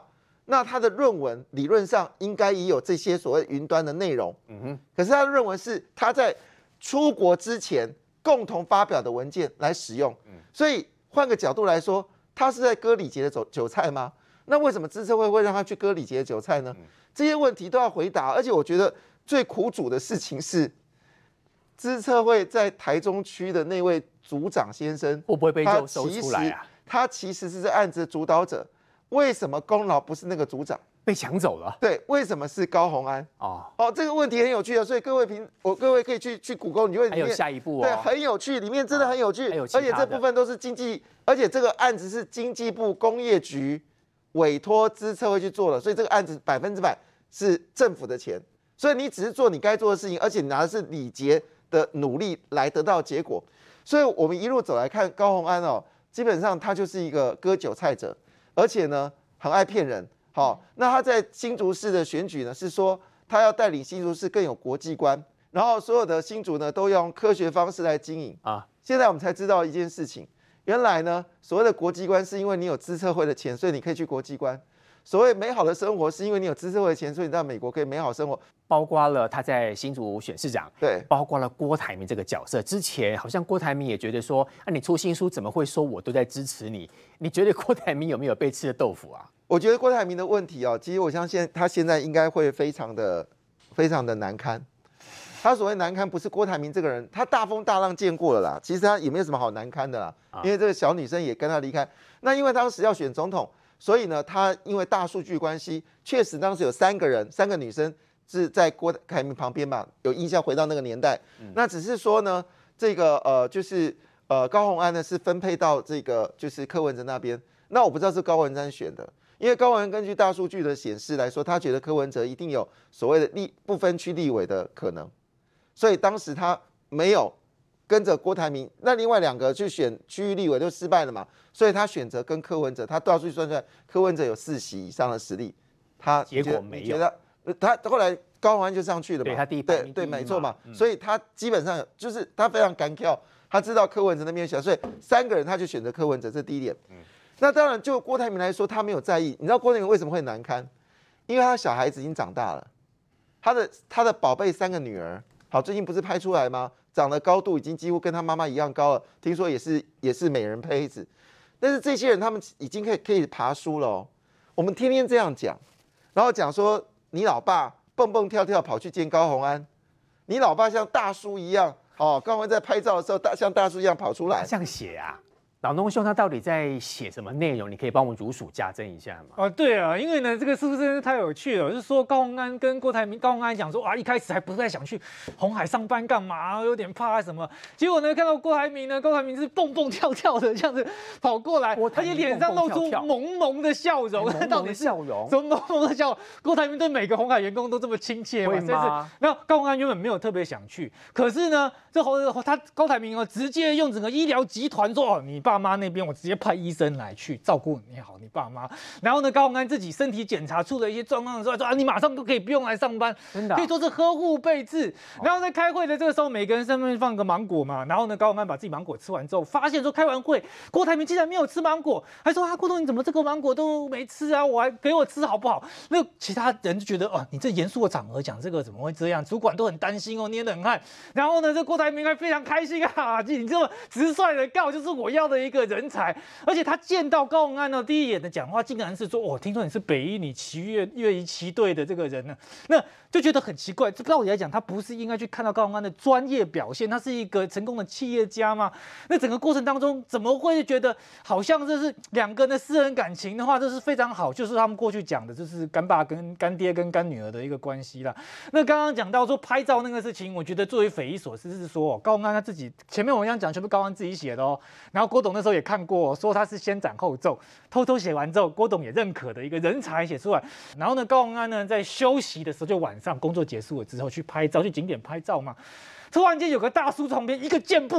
那他的论文理论上应该也有这些所谓云端的内容，可是他的论文是他在出国之前共同发表的文件来使用，所以换个角度来说，他是在割礼节的韭菜吗？那为什么资策会会让他去割礼节的韭菜呢？这些问题都要回答，而且我觉得最苦主的事情是，资策会在台中区的那位组长先生会不会被肉搜出来啊？ 他其实是这案子的主导者，为什么功劳不是那个组长？ 被抢走了？ 对，为什么是高虹安？这个问题很有趣啊，所以各位可以去谷歌，你就会还有下一步对，很有趣，里面真的很有趣，而且这部分都是而且这个案子是经济部工业局委托资策会去做的，所以这个案子100%是政府的钱，所以你只是做你该做的事情，而且你拿的是礼节的努力来得到结果。所以我们一路走来看高虹安基本上他就是一个割韭菜者，而且呢很爱骗人。那他在新竹市的选举呢，是说他要带领新竹市更有国际观，然后所有的新竹呢都要用科学方式来经营啊。现在我们才知道一件事情。原来呢，所谓的国际观是因为你有资策会的钱，所以你可以去国际观；所谓美好的生活是因为你有资策会的钱，所以你到美国可以美好生活。 包括了他在新竹选市长， 对， 包括了郭台铭这个角色。之前好像郭台铭也觉得说，你出新书怎么会说我都在支持你？你觉得郭台铭有没有被吃的豆腐啊？ 我觉得郭台铭的问题其实我相信他现在应该会非常的难堪。他所谓难堪，不是郭台铭这个人，他大风大浪见过了啦。其实他也没有什么好难堪的啦，因为这个小女生也跟他离开。那因为当时要选总统，所以呢，他因为大数据关系，确实当时有3个女生是在郭台铭旁边嘛，有印象回到那个年代。那只是说呢，这个就是高虹安呢是分配到这个就是柯文哲那边。那我不知道是高文哲选的。因为高虹安根据大数据的显示来说，他觉得柯文哲一定有所谓的不分区立委的可能，所以当时他没有跟着郭台铭，那另外2个去选区域立委就失败了嘛，所以他选择跟柯文哲，他大数据算出来柯文哲有4席以上的实力，他结果没有， 他后来高虹安就上去了嘛， 对他第一排对没错嘛，所以他基本上就是他非常敢跳，他知道柯文哲那边小，所以3个人他就选择柯文哲，这是第一点。那当然，就郭台铭来说，他没有在意。你知道郭台铭为什么会难堪？因为他小孩子已经长大了，他的宝贝3个女儿，最近不是拍出来吗？长得高度已经几乎跟他妈妈一样高了，听说也是美人胚子。但是这些人他们已经可以爬书了我们天天这样讲，然后讲说你老爸蹦蹦跳跳跑去见高虹安，你老爸像大叔一样高虹安在拍照的时候像大叔一样跑出来， 这样写啊。老农兄他到底在写什么内容？你可以帮我们如数家珍一下吗？ 对啊，因为呢，这个是不是真是太有趣了？就是说高虹安跟郭台铭，高虹安讲说一开始还不太想去鸿海上班干嘛，有点怕什么。结果呢，看到郭台铭是蹦蹦跳跳的这样子跑过来，而且脸上露出萌萌的笑容。到底是什么萌萌的笑容？郭台铭对每个鸿海员工都这么亲切吗？那高虹安原本没有特别想去，可是呢，高台铭直接用整个医疗集团说你爸妈那边我直接派医生来去照顾你好你爸妈，然后呢高虹安自己身体检查出了一些状况的时候说你马上都可以不用来上班，真的可以说是呵护备至。然后在开会的这个时候，每个人身边放个芒果嘛，然后呢高虹安把自己芒果吃完之后，发现说开完会郭台铭竟然没有吃芒果，还说郭董你怎么这个芒果都没吃啊，我还给我吃好不好？那其他人就觉得你这严肃的场合讲这个怎么会这样？主管都很担心捏冷汗。然后呢这郭台铭还非常开心你这么直率的告就是我要的一个人才。而且他见到高虹安第一眼的讲话竟然是说听说你是北一女越仪旗队的这个人呢，那就觉得很奇怪。这道理来讲他不是应该去看到高虹安的专业表现，他是一个成功的企业家吗？那整个过程当中怎么会觉得好像这是2个人的私人感情的话，这是非常好，就是他们过去讲的就是干爸跟干爹跟干女儿的一个关系啦。那刚刚讲到说拍照那个事情，我觉得最为匪夷所思是说高虹安他自己前面我这样讲全部高虹安自己写的然后郭董那时候也看过说他是先斩后奏，偷偷写完之后郭董也认可的一个人才写出来。然后呢高虹安呢在休息的时候，就晚上工作结束了之后去拍照，去景点拍照嘛，突然间有个大叔从旁边一个箭步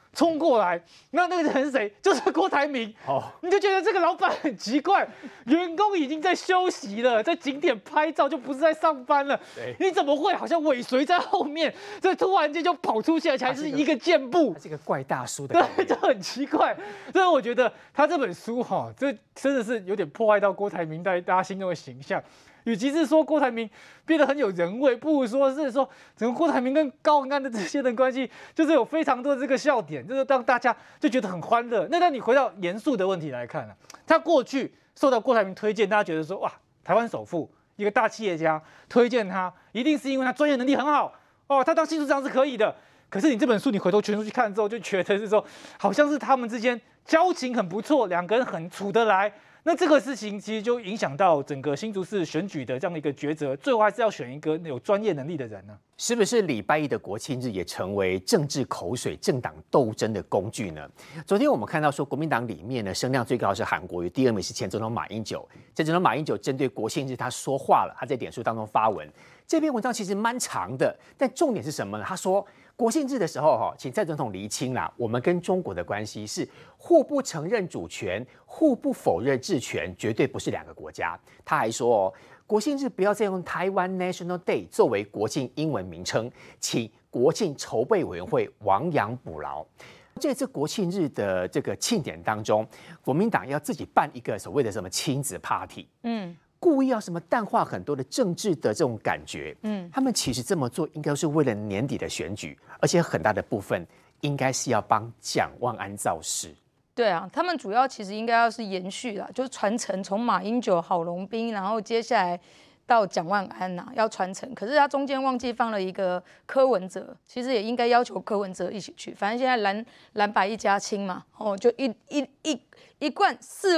冲过来，那个人是谁？就是郭台铭。你就觉得这个老板很奇怪，员工已经在休息了，在景点拍照，就不是在上班了。你怎么会好像尾随在后面？这突然间就跑出去，而且还是一个箭步。 他是一个怪大叔的。 对，这很奇怪。所以我觉得他这本书这真的是有点破坏到郭台铭在大家心中的形象。与其是说郭台铭变得很有人味，不如说是说整个郭台铭跟高虹安的这些人关系，就是有非常多的这个笑点，就是让大家就觉得很欢乐。那你回到严肃的问题来看他过去受到郭台铭推荐，大家觉得说哇，台湾首富一个大企业家推荐他，一定是因为他专业能力很好他当新竹市长是可以的。可是你这本书你回头全书去看之后，就觉得是说好像是他们之间交情很不错，两个人很处得来。那这个事情其实就影响到整个新竹市选举的这样的一个抉择，最后还是要选一个有专业能力的人呢？ 是不是礼拜一的国庆日也成为政治口水、政党斗争的工具呢？昨天我们看到说，国民党里面呢声量最高的是韩国瑜，第二名是前总统马英九。前总统马英九针对国庆日他说话了，他在脸书当中发文，这篇文章其实蛮长的，但重点是什么呢？他说国庆日的时候请蔡总统厘清啦，我们跟中国的关系是互不承认主权、互不否认治权，绝对不是两个国家。他还说国庆日不要再用台湾 National Day 作为国庆英文名称，请国庆筹备委员会亡羊补牢。这次国庆日的这个庆典当中，国民党要自己办一个所谓的什么亲子 party，故意要什么淡化很多的政治的这种感觉，他们其实这么做应该是为了年底的选举，而且很大的部分应该是要帮蒋万安造势。 对啊，他们主要其实应该要是延续啦，就是传承从马英九、郝龙斌，然后接下来到蒋万安要传承。可是他中间忘记放了一个柯文哲，其实也应该要求柯文哲一起去。反正现在蓝白一家亲嘛，就一贯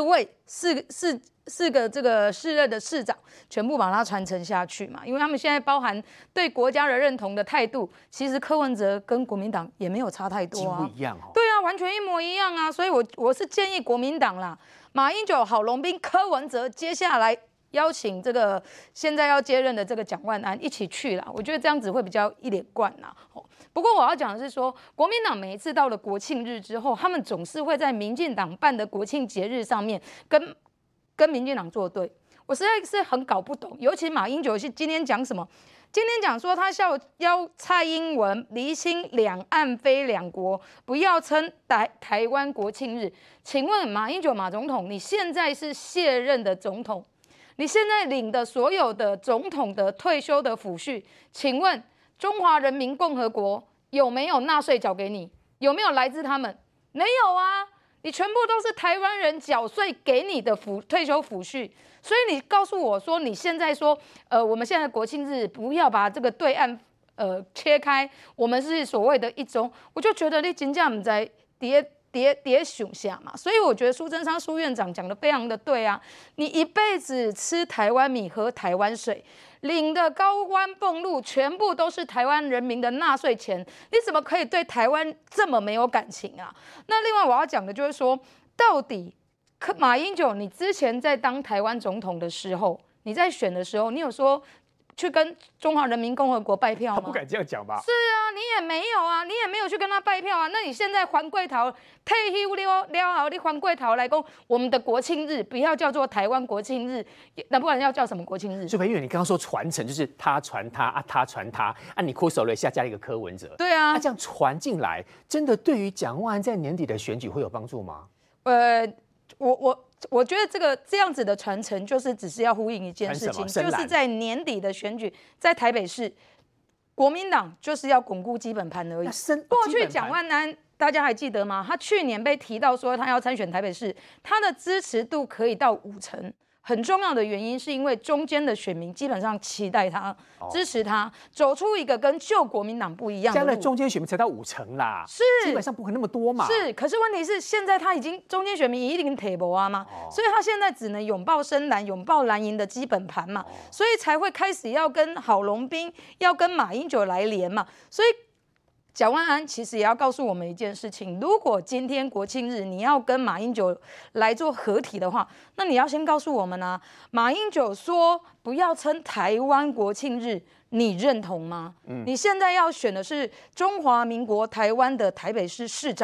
四个这个市任的市长全部把它传承下去嘛，因为他们现在包含对国家的认同的态度，其实柯文哲跟国民党也没有差太多啊， 几乎一样对啊，完全一模一样啊，所以我是建议国民党啦，马英九、郝龙斌、柯文哲接下来邀请这个现在要接任的这个蒋万安一起去啦，我觉得这样子会比较一连贯啦。不过我要讲的是说，国民党每一次到了国庆日之后，他们总是会在民进党办的国庆节日上面跟民进党作对，我实在是很搞不懂。尤其马英九是今天讲什么？今天讲说他要蔡英文厘清两岸非两国，不要称台湾国庆日。请问马英九马总统，你现在是卸任的总统，你现在领的所有的总统的退休的抚恤，请问中华人民共和国有没有纳税缴给你？有没有来自他们？没有啊。你全部都是台湾人缴税给你的退休抚恤，所以你告诉我说你现在说，我们现在国庆日不要把这个对岸切开，我们是所谓的一中，我就觉得你真正不在跌熊下嘛，所以我觉得苏贞昌苏院长讲的非常的对啊，你一辈子吃台湾米喝台湾水，领的高官俸禄全部都是台湾人民的纳税钱，你怎么可以对台湾这么没有感情啊？那另外我要讲的就是说，到底马英九，你之前在当台湾总统的时候，你在选的时候，你有说去跟中华人民共和国拜票吗？ 他不敢这样讲吧？ 是啊，你也没有啊，你也没有去跟他拜票啊。那你现在还贵头退休了好，你还贵头来讲，我们的国庆日不要叫做台湾国庆日，那不然要叫什么国庆日？ 就因为你刚刚说传承，就是他传他啊，他传他啊，你哭手了一下加了一个柯文哲， 对啊， 那这样传进来，真的对于蒋万安在年底的选举会有帮助吗？ 我觉得这样子的传承，就是只是要呼应一件事情，就是在年底的选举，在台北市，国民党就是要巩固基本盘而已。过去蒋万安大家还记得吗？他去年被提到说他要参选台北市，他的支持度可以到50%。很重要的原因是因为中间的选民基本上期待他、支持他，走出一个跟旧国民党不一样的路。 加了中间选民才到50%啦， 是基本上不可能那么多嘛。 是，可是问题是现在他已经中间选民一定铁薄啊嘛，所以他现在只能拥抱深蓝、拥抱蓝营的基本盘嘛，所以才会开始要跟郝龙斌、要跟马英九来连嘛，所以。蒋万安其实也要告诉我们一件事情：如果今天国庆日你要跟马英九来做合体的话，那你要先告诉我们啊，马英九说不要称台湾国庆日，你认同吗？你现在要选的是中华民国台湾的台北市市长，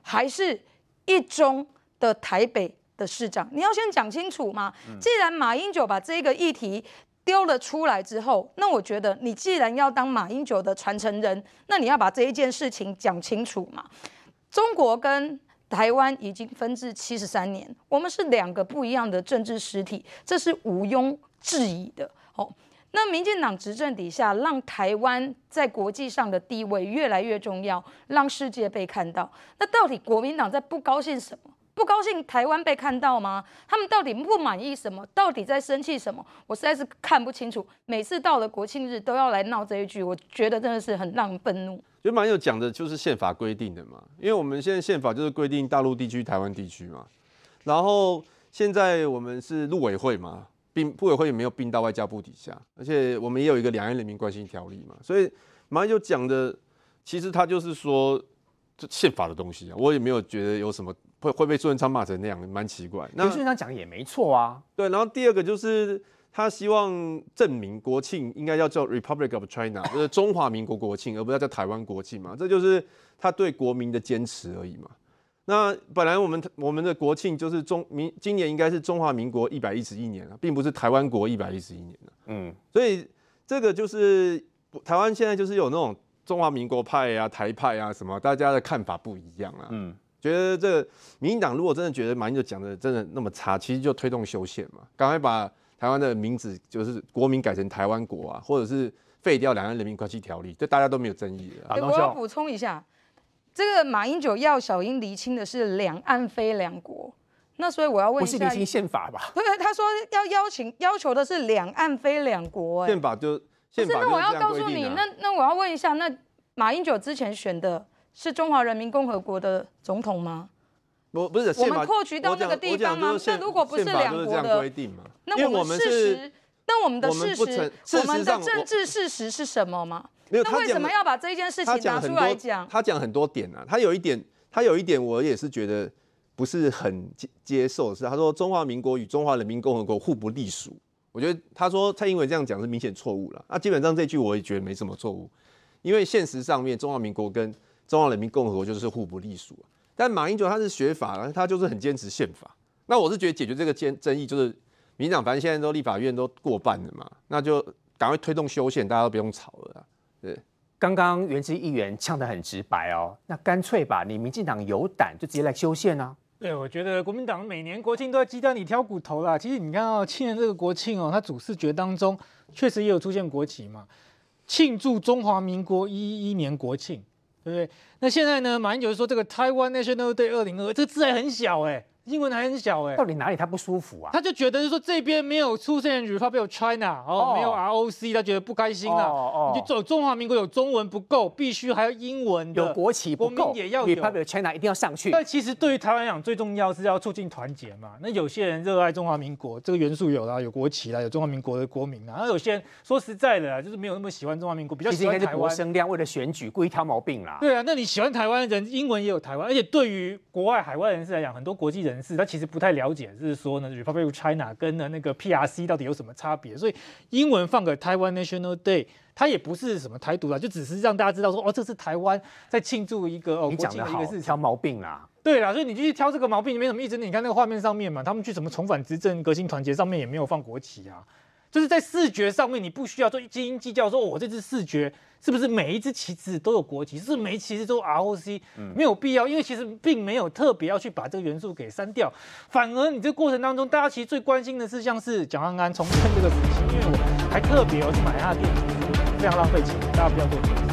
还是一中的台北的市长？你要先讲清楚嘛。既然马英九把这个议题丢了出来之后，那我觉得你既然要当马英九的传承人，那你要把这一件事情讲清楚嘛。中国跟台湾已经分治73年，我们是2个不一样的政治实体，这是毋庸置疑的。那民进党执政底下，让台湾在国际上的地位越来越重要，让世界被看到。那到底国民党在不高兴什么？不高兴台湾被看到吗？他们到底不满意什么？到底在生气什么？我实在是看不清楚。每次到了国庆日都要来闹这一句，我觉得真的是很让人愤怒。 就马英九讲的就是宪法规定的嘛，因为我们现在宪法就是规定大陆地区、台湾地区嘛，然后现在我们是陆委会嘛。陆委会也没有并到外交部底下，而且我们也有一个两岸人民关系条例嘛，所以马英九讲的，其实他就是说这宪法的东西啊，我也没有觉得有什么会被苏贞昌骂成那样，蛮奇怪。 那苏贞昌讲也没错啊， 对。然后第二个就是他希望证明国庆应该要叫 Republic of China， 就是中华民国国庆，而不要叫台湾国庆嘛，这就是他对国民的坚持而已嘛。那本来我们的国庆就是今年应该是中华民国111年了，并不是台湾国111年了。所以这个就是台湾现在就是有那种中华民国派啊、台派啊什么，大家的看法不一样啊。觉得这个民进党如果真的觉得马英九讲的真的那么差，其实就推动修宪嘛，赶快把台湾的名字就是国民改成台湾国啊，或者是废掉两岸人民关系条例，这大家都没有争议的。 我要补充一下。这个马英九要小英厘清的是两岸非两国，那所以我要问一下， 不是厘清宪法吧？ 对，他说要求的是两岸非两国， 宪法就宪法那我要告诉你，那我要问一下，那马英九之前选的是中华人民共和国的总统吗？ 不是， 我们扩局到那个地方吗？那如果不是两国的，那我们事实，那我们的事实，我们的政治事实是什么吗？那为什么要把这件事情拿出来讲？ 他讲很多点啊，他有一点我也是觉得不是很接受的是，他说中华民国与中华人民共和国互不隶属。我觉得他说蔡英文这样讲是明显错误了。那基本上这句我也觉得没什么错误，因为现实上面中华民国跟中华人民共和国就是互不隶属。但马英九他是学法，他就是很坚持宪法。那我是觉得解决这个争议，就是民进党反正现在都立法院都过半了嘛，那就赶快推动修宪，大家都不用吵了。对， 刚刚元之议员呛得很直白哦，那干脆吧，你民进党有胆就直接来修宪啊。 对，我觉得国民党每年国庆都在鸡蛋里挑骨头啦。其实你看到去年这个国庆哦，它主视觉当中确实也有出现国旗嘛，庆祝中华民国111年国庆，对不对？那现在呢，马英九说这个台湾 National Day 2022，这个字还很小英文还很小到底哪里他不舒服啊？ 他就觉得是说这边没有出现 Republic of China 没有 ROC， 他觉得不开心了。你就走中华民国有中文不够，必须还要英文的， 有国旗不够， 也要有 Republic of China 一定要上去。 但其实对于台湾来讲，最重要是要促进团结嘛。那有些人热爱中华民国这个元素有啦，有国旗啦，有中华民国的国民啦。那有些人说实在的就是没有那么喜欢中华民国，比较喜欢台湾。 国声量为了选举故意挑毛病啦。 对啊，那你喜欢台湾人，英文也有台湾，而且对于国外海外人士来讲，很多国际人士他其实不太了解，就是说呢 ，Republic of China 跟那个 PRC 到底有什么差别？所以英文放个台湾 National Day， 它也不是什么台独啦，就只是让大家知道说，这是台湾在庆祝一个国庆的一个事情。 挑毛病啦。对啦，所以你就去挑这个毛病没什么意思。你看那个画面上面嘛，他们去什么重返执政、革新团结上面也没有放国旗啊。就是在视觉上面，你不需要做斤斤计较，说我这支视觉是不是每一支旗帜都有国旗，是不是每一旗帜都有 ROC， 没有必要，因为其实并没有特别要去把这个元素给删掉，反而你这个过程当中，大家其实最关心的是像是蒋万安重申这个死刑，因为我还特别去买他的电子书，非常浪费钱，大家不要做。